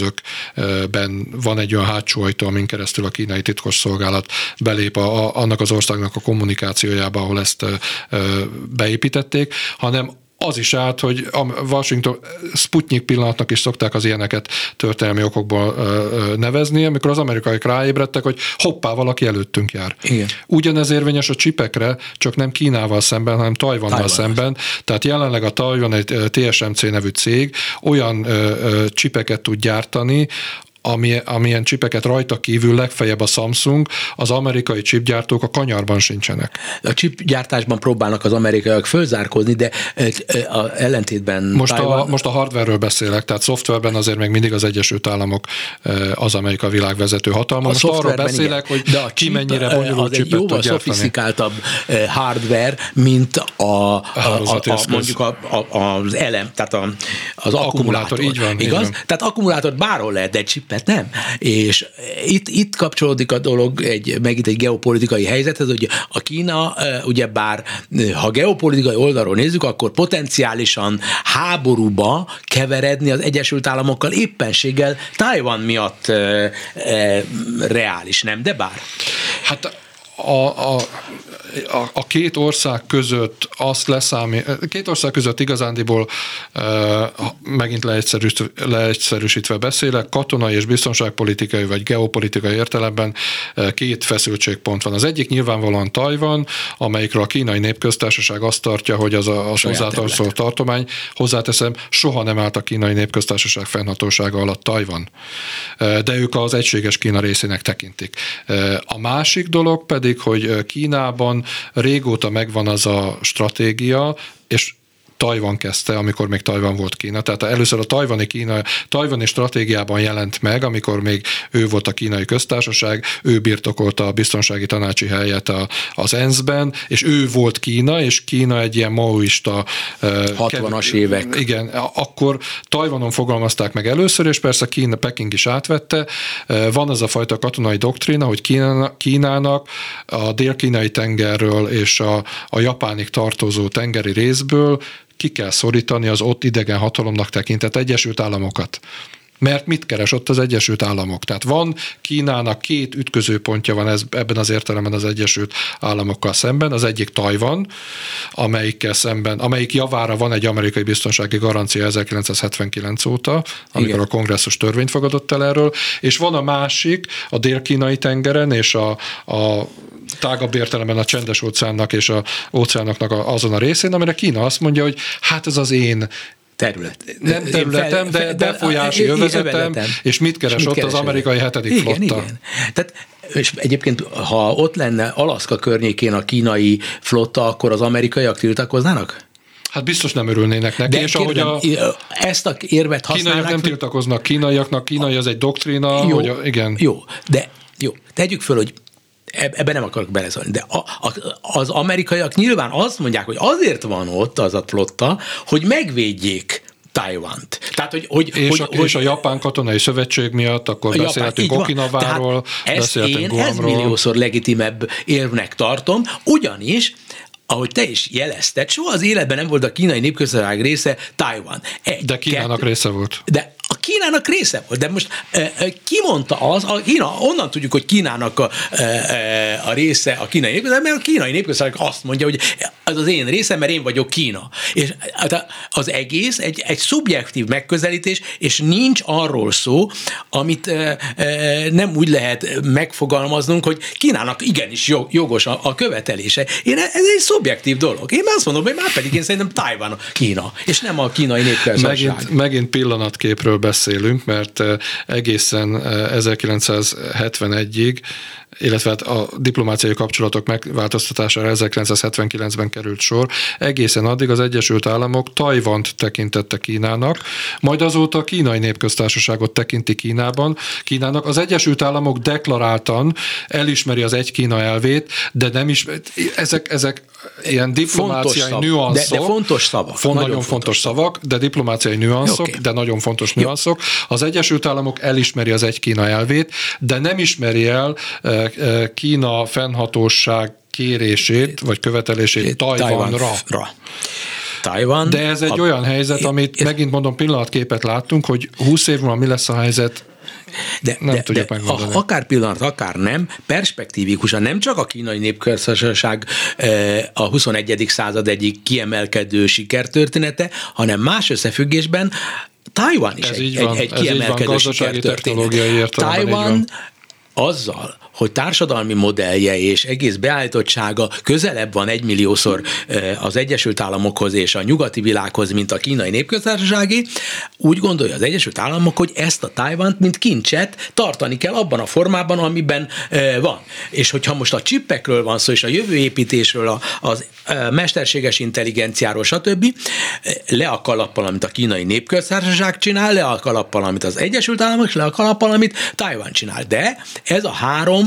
eszközökben van egy olyan hátsó ajtó, amin keresztül a kínai titkosszolgálat belép a, a, annak az országnak a kommunikációjába, ahol ezt beépítették, hanem az is állt, hogy a Washington Sputnik pillanatnak is szokták az ilyeneket történelmi okokból nevezni, amikor az amerikaiak ráébredtek, hogy hoppá, valaki előttünk jár. Igen. Ugyanez érvényes a csipekre, csak nem Kínával szemben, hanem Tajvannal Tajvan. szemben. Tehát jelenleg a Tajvan egy té es em cé nevű cég olyan csipeket tud gyártani, Ami, amilyen csipeket rajta kívül legfeljebb a Samsung, az amerikai chipgyártók a kanyarban sincsenek. A chipgyártásban próbálnak az amerikaiak fölzárkózni, de a ellentétben... Most a, most a hardware-ről beszélek, tehát szoftverben azért még mindig az Egyesült Államok az Amerika világvezető hatalma. Most arról beszélek, igen, hogy de a ki chip, mennyire bonyolult csipet tud gyártani. Az egy jóval szofisztikáltabb hardware, mint a, a, a, a, mondjuk a, a, az elem, tehát a, az akkumulátor. akkumulátor. Így van, igaz? Így van. Tehát akkumulátort bárhol lehet, de egy chip mert nem. És itt, itt kapcsolódik a dolog egy, megint egy geopolitikai helyzethez, hogy a Kína, ugye bár ha geopolitikai oldalról nézzük, akkor potenciálisan háborúba keveredni az Egyesült Államokkal éppenséggel Tajvan miatt e, e, reális, nem? De bár. Hát a, a A, a két ország között azt leszámít, két ország között igazándiból e, megint leegyszerűsítve, leegyszerűsítve beszélek, katonai és biztonságpolitikai vagy geopolitikai értelemben e, két feszültségpont van. Az egyik nyilvánvalóan Tajvan, amelyikről a Kínai Népköztársaság azt tartja, hogy az a, a hozzátartozó tartomány, hozzáteszem, soha nem állt a Kínai Népköztársaság fennhatósága alatt Tajvan. E, de ők az egységes Kína részének tekintik. E, a másik dolog pedig, hogy Kínában régóta megvan az a stratégia, és Tajvan kezdte, amikor még Tajvan volt Kína. Tehát először a tajvani, Kína, tajvani stratégiában jelent meg, amikor még ő volt a kínai köztársaság, ő birtokolta a biztonsági tanácsi helyet a, az é en es-ben, és ő volt Kína, és Kína egy ilyen maoista... hatvanas kev... évek. Igen, akkor Tajvanon fogalmazták meg először, és persze Kína, Peking is átvette. Van az a fajta katonai doktrína, hogy Kínának, Kínának a dél-kínai tengerről és a, a Japánig tartozó tengeri részből ki kell szorítani az ott idegen hatalomnak tekintett Egyesült Államokat. Mert mit keres ott az Egyesült Államok? Tehát van Kínának két ütközőpontja van ez, ebben az értelemben az Egyesült Államokkal szemben. Az egyik Tajvan, amelyikkel szemben, amelyik javára van egy amerikai biztonsági garancia ezerkilencszázhetvenkilenc óta, amikor igen. a kongresszus törvényt fogadott el erről, és van a másik, a dél-kínai tengeren, és a, a tágabb értelemben a csendes óceánnak és a óceánoknak azon a részén, amire Kína azt mondja, hogy hát ez az én terület. Nem területem, de befolyási övezetem, és mit keres és mit ott keres az amerikai hetedik igen, flotta. Igen. Tehát, és egyébként, ha ott lenne Alaszka környékén a kínai flotta, akkor az amerikaiak tiltakoznának? Hát biztos nem örülnének neki, de és ahogy a ezt a érvet használnak... Kínaiak nem tiltakoznak kínaiaknak, kínai az egy doktrína, jó, hogy a, igen. Jó, de jó, tegyük föl, hogy ebben nem akarok beleszólni, de a, a, az amerikaiak nyilván azt mondják, hogy azért van ott az a flotta, hogy megvédjék Tajvant. Tehát, hogy, hogy, és, hogy, a, hogy, és a Japán katonai szövetség miatt akkor Japán, beszélhetünk Okinaváról, beszélhetünk Guamról. Ezt én ezmilliószor legitimebb érvnek tartom, ugyanis ahogy te is jelezted, soha az életben nem volt a kínai népköztársaság része Tajvan. Egy, de Kínának kettő, része volt. De a Kínának része volt, de most e, e, ki mondta az, a Kína, onnan tudjuk, hogy Kínának a, e, a része a kínai népköztársaság, mert a kínai népköztársaság azt mondja, hogy ez az én részem, mert én vagyok Kína. És az egész egy, egy szubjektív megközelítés, és nincs arról szó, amit e, e, nem úgy lehet megfogalmaznunk, hogy Kínának igenis jogos a, a követelése. Én, ez egy szubjektív dolog. Én azt mondom, hogy már pedig én szerintem Tajvan Kína, és nem a kínai népköztársaság. Megint, megint pillanatképről beszélünk, mert egészen ezerkilencszázhetvenegyig, illetve hát a diplomáciai kapcsolatok megváltoztatására ezerkilencszázhetvenkilencben került sor. Egészen addig az Egyesült Államok Tajvant tekintette Kínának, majd azóta a kínai népköztársaságot tekinti Kínában. Kínának az Egyesült Államok deklaráltan elismeri az egy Kína elvét, de nem is, ezek, ezek ilyen diplomáciai nüanszok. De, de fontos szavak. Font, nagyon, nagyon fontos szavak, de diplomáciai nüanszok, okay. de nagyon fontos nüanszok. Az Egyesült Államok elismeri az egy Kína elvét, de nem ismeri el Kína fennhatóság kérését, vagy követelését Tajvanra. Tajvan. De ez egy a, olyan helyzet, amit én, megint mondom, pillanatképet láttunk, hogy húsz év múlva mi lesz a helyzet, de, nem de, tudjuk de megmondani. Akár pillanat, akár nem, perspektívikusan nem csak a kínai népköztársaság a huszonegyedik század egyik kiemelkedő sikertörténete, hanem más összefüggésben Tajvan is ez egy, van, egy, egy kiemelkedő sikertörténet. Tajvan azzal, hogy társadalmi modellje és egész beállítottsága közelebb van egymilliószor az Egyesült Államokhoz és a nyugati világhoz, mint a kínai népköztársaságé, úgy gondolja az Egyesült Államok, hogy ezt a Tajvant, mint kincset tartani kell abban a formában, amiben van. És hogyha most a csippekről van szó, és a jövőépítésről, az mesterséges intelligenciáról, stb., le a kalappal, amit a kínai népköztársaság csinál, le a kalappal, amit az Egyesült Államok, és le a kalappal, amit Tajvan csinál. De ez a három,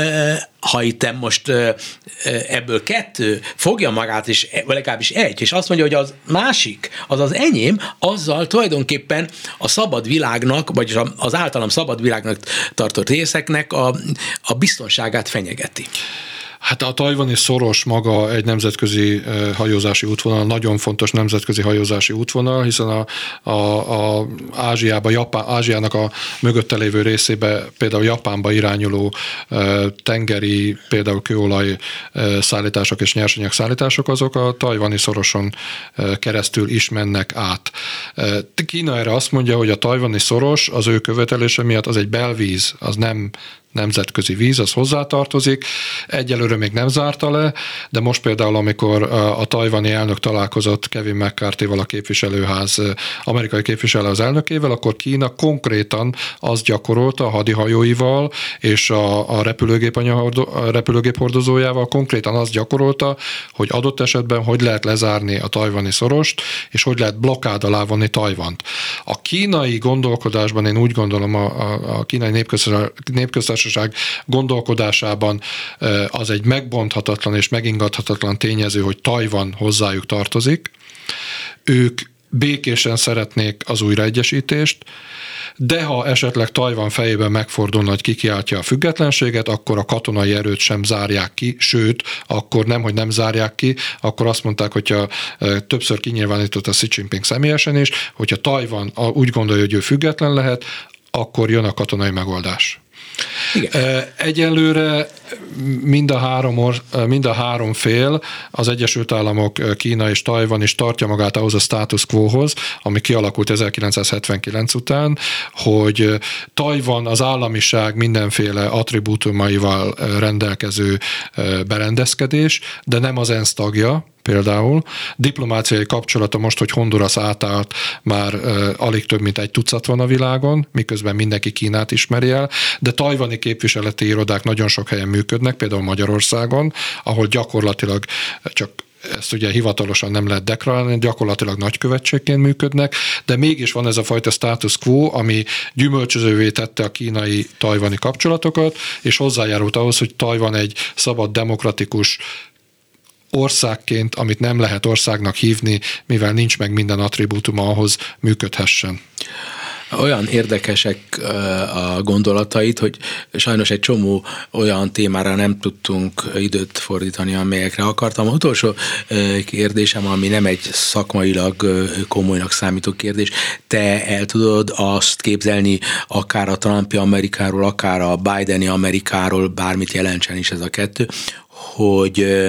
ha itt most ebből kettő fogja magát, és legalábbis egy, és azt mondja, hogy az másik, az az enyém, azzal tulajdonképpen a szabad világnak, vagyis az általam szabad világnak tartott részeknek a, a biztonságát fenyegeti. Hát a tajvani szoros maga egy nemzetközi hajózási útvonal, nagyon fontos nemzetközi hajózási útvonal, hiszen a, a, a Ázsiába, Japán, Ázsiának a mögötte lévő részébe, például Japánba irányuló tengeri, például kőolaj szállítások és nyersanyag szállítások, azok a tajvani szoroson keresztül is mennek át. Kína erre azt mondja, hogy a tajvani szoros az ő követelése miatt az egy belvíz, az nem nemzetközi víz, az hozzátartozik. Egyelőre még nem zárta le, de most például, amikor a tajvani elnök találkozott Kevin McCarthy-val, a képviselőház, amerikai képviselő az elnökével, akkor Kína konkrétan azt gyakorolta a hadihajóival és a, a, repülőgép, a repülőgép hordozójával, konkrétan azt gyakorolta, hogy adott esetben hogy lehet lezárni a tajvani szorost, és hogy lehet blokkád alá vonni Tajvant. A kínai gondolkodásban én úgy gondolom, a, a, a kínai népköztársaság gondolkodásában az egy megbonthatatlan és megingathatatlan tényező, hogy Tajvan hozzájuk tartozik. Ők békésen szeretnék az újraegyesítést, de ha esetleg Tajvan fejében megfordulna, hogy kikiáltja a függetlenséget, akkor a katonai erőt sem zárják ki, sőt, akkor nem, hogy nem zárják ki, akkor azt mondták, hogyha többször kinyilvánított a Xi Jinping személyesen is, hogyha Tajvan úgy gondolja, hogy ő független lehet, akkor jön a katonai megoldás. Igen. Egyelőre mind a, három or, mind a három fél, az Egyesült Államok, Kína és Tajvan is tartja magát ahhoz a status quohoz, ami kialakult ezerkilencszázhetvenkilenc után, hogy Tajvan az államiság mindenféle attribútumaival rendelkező berendezkedés, de nem az ENSZ tagja, például. Diplomáciai kapcsolata most, hogy Honduras átállt, már uh, alig több mint egy tucat van a világon, miközben mindenki Kínát ismeri el, de tajvani képviseleti irodák nagyon sok helyen működnek, például Magyarországon, ahol gyakorlatilag csak ezt ugye hivatalosan nem lehet deklarálni, gyakorlatilag nagykövetségként működnek, de mégis van ez a fajta status quo, ami gyümölcsözővé tette a kínai-tajvani kapcsolatokat, és hozzájárult ahhoz, hogy Tajvan egy szabad, demokratikus országként, amit nem lehet országnak hívni, mivel nincs meg minden attribútuma ahhoz, működhessen. Olyan érdekesek a gondolatait, hogy sajnos egy csomó olyan témára nem tudtunk időt fordítani, amelyekre akartam. Az utolsó kérdésem, ami nem egy szakmailag komolynak számító kérdés, te el tudod azt képzelni, akár a Trumpi Amerikáról, akár a Bideni Amerikáról, bármit jelentsen is ez a kettő, hogy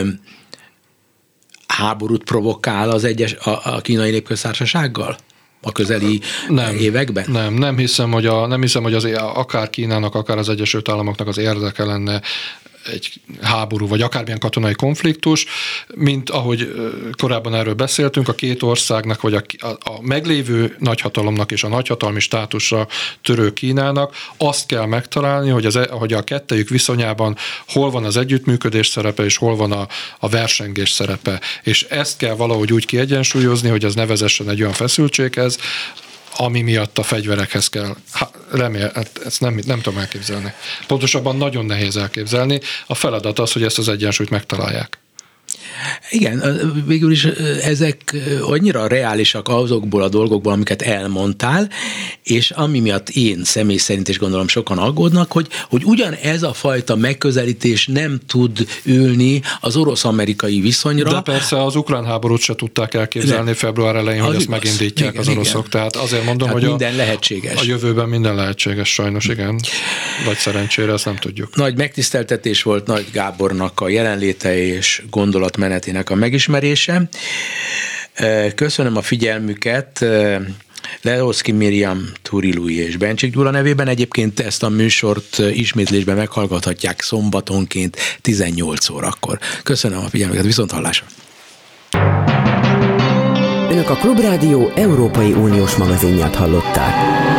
háborút provokál az egyes, a, a kínai népköztársasággal a közeli nem, években? Nem, nem hiszem, hogy, a, nem hiszem, hogy az, akár Kínának, akár az Egyesült Államoknak az érdeke lenne egy háború, vagy akármilyen katonai konfliktus, mint ahogy korábban erről beszéltünk, a két országnak, vagy a, a, a meglévő nagyhatalomnak és a nagyhatalmi státusra törő Kínának azt kell megtalálni, hogy, az, hogy a kettejük viszonyában hol van az együttműködés szerepe, és hol van a, a versengés szerepe. És ezt kell valahogy úgy kiegyensúlyozni, hogy az ne vezessen egy olyan feszültséghez, ami miatt a fegyverekhez kell. Remélem, ezt nem, nem tudom elképzelni. Pontosabban nagyon nehéz elképzelni. A feladat az, hogy ezt az egyensúlyt megtalálják. Igen, végül is ezek annyira reálisak azokból a dolgokból, amiket elmondtál, és ami miatt én személy szerint is gondolom sokan aggódnak, hogy, hogy ugyan ez a fajta megközelítés nem tud ülni az orosz-amerikai viszonyra. De persze az ukrán háborút se tudták elképzelni de, február elején, hogy ezt igaz. megindítják igen, az oroszok. Igen. Tehát azért mondom, Tehát hogy minden a, lehetséges. a jövőben minden lehetséges sajnos, igen. Vagy szerencsére, ezt nem tudjuk. Nagy megtiszteltetés volt Nagy Gábornak a jelenléte és gondolatmenetének a megismerése. Köszönöm a figyelmüket. Leoszki Miriam, Túri Lui és Bencsik Gyula nevében. Egyébként ezt a műsort ismétlésben meghallgathatják szombatonként tizennyolc órakor. Köszönöm a figyelmüket, viszont hallásra! Önök a Klubrádió Európai Uniós magazinját hallották.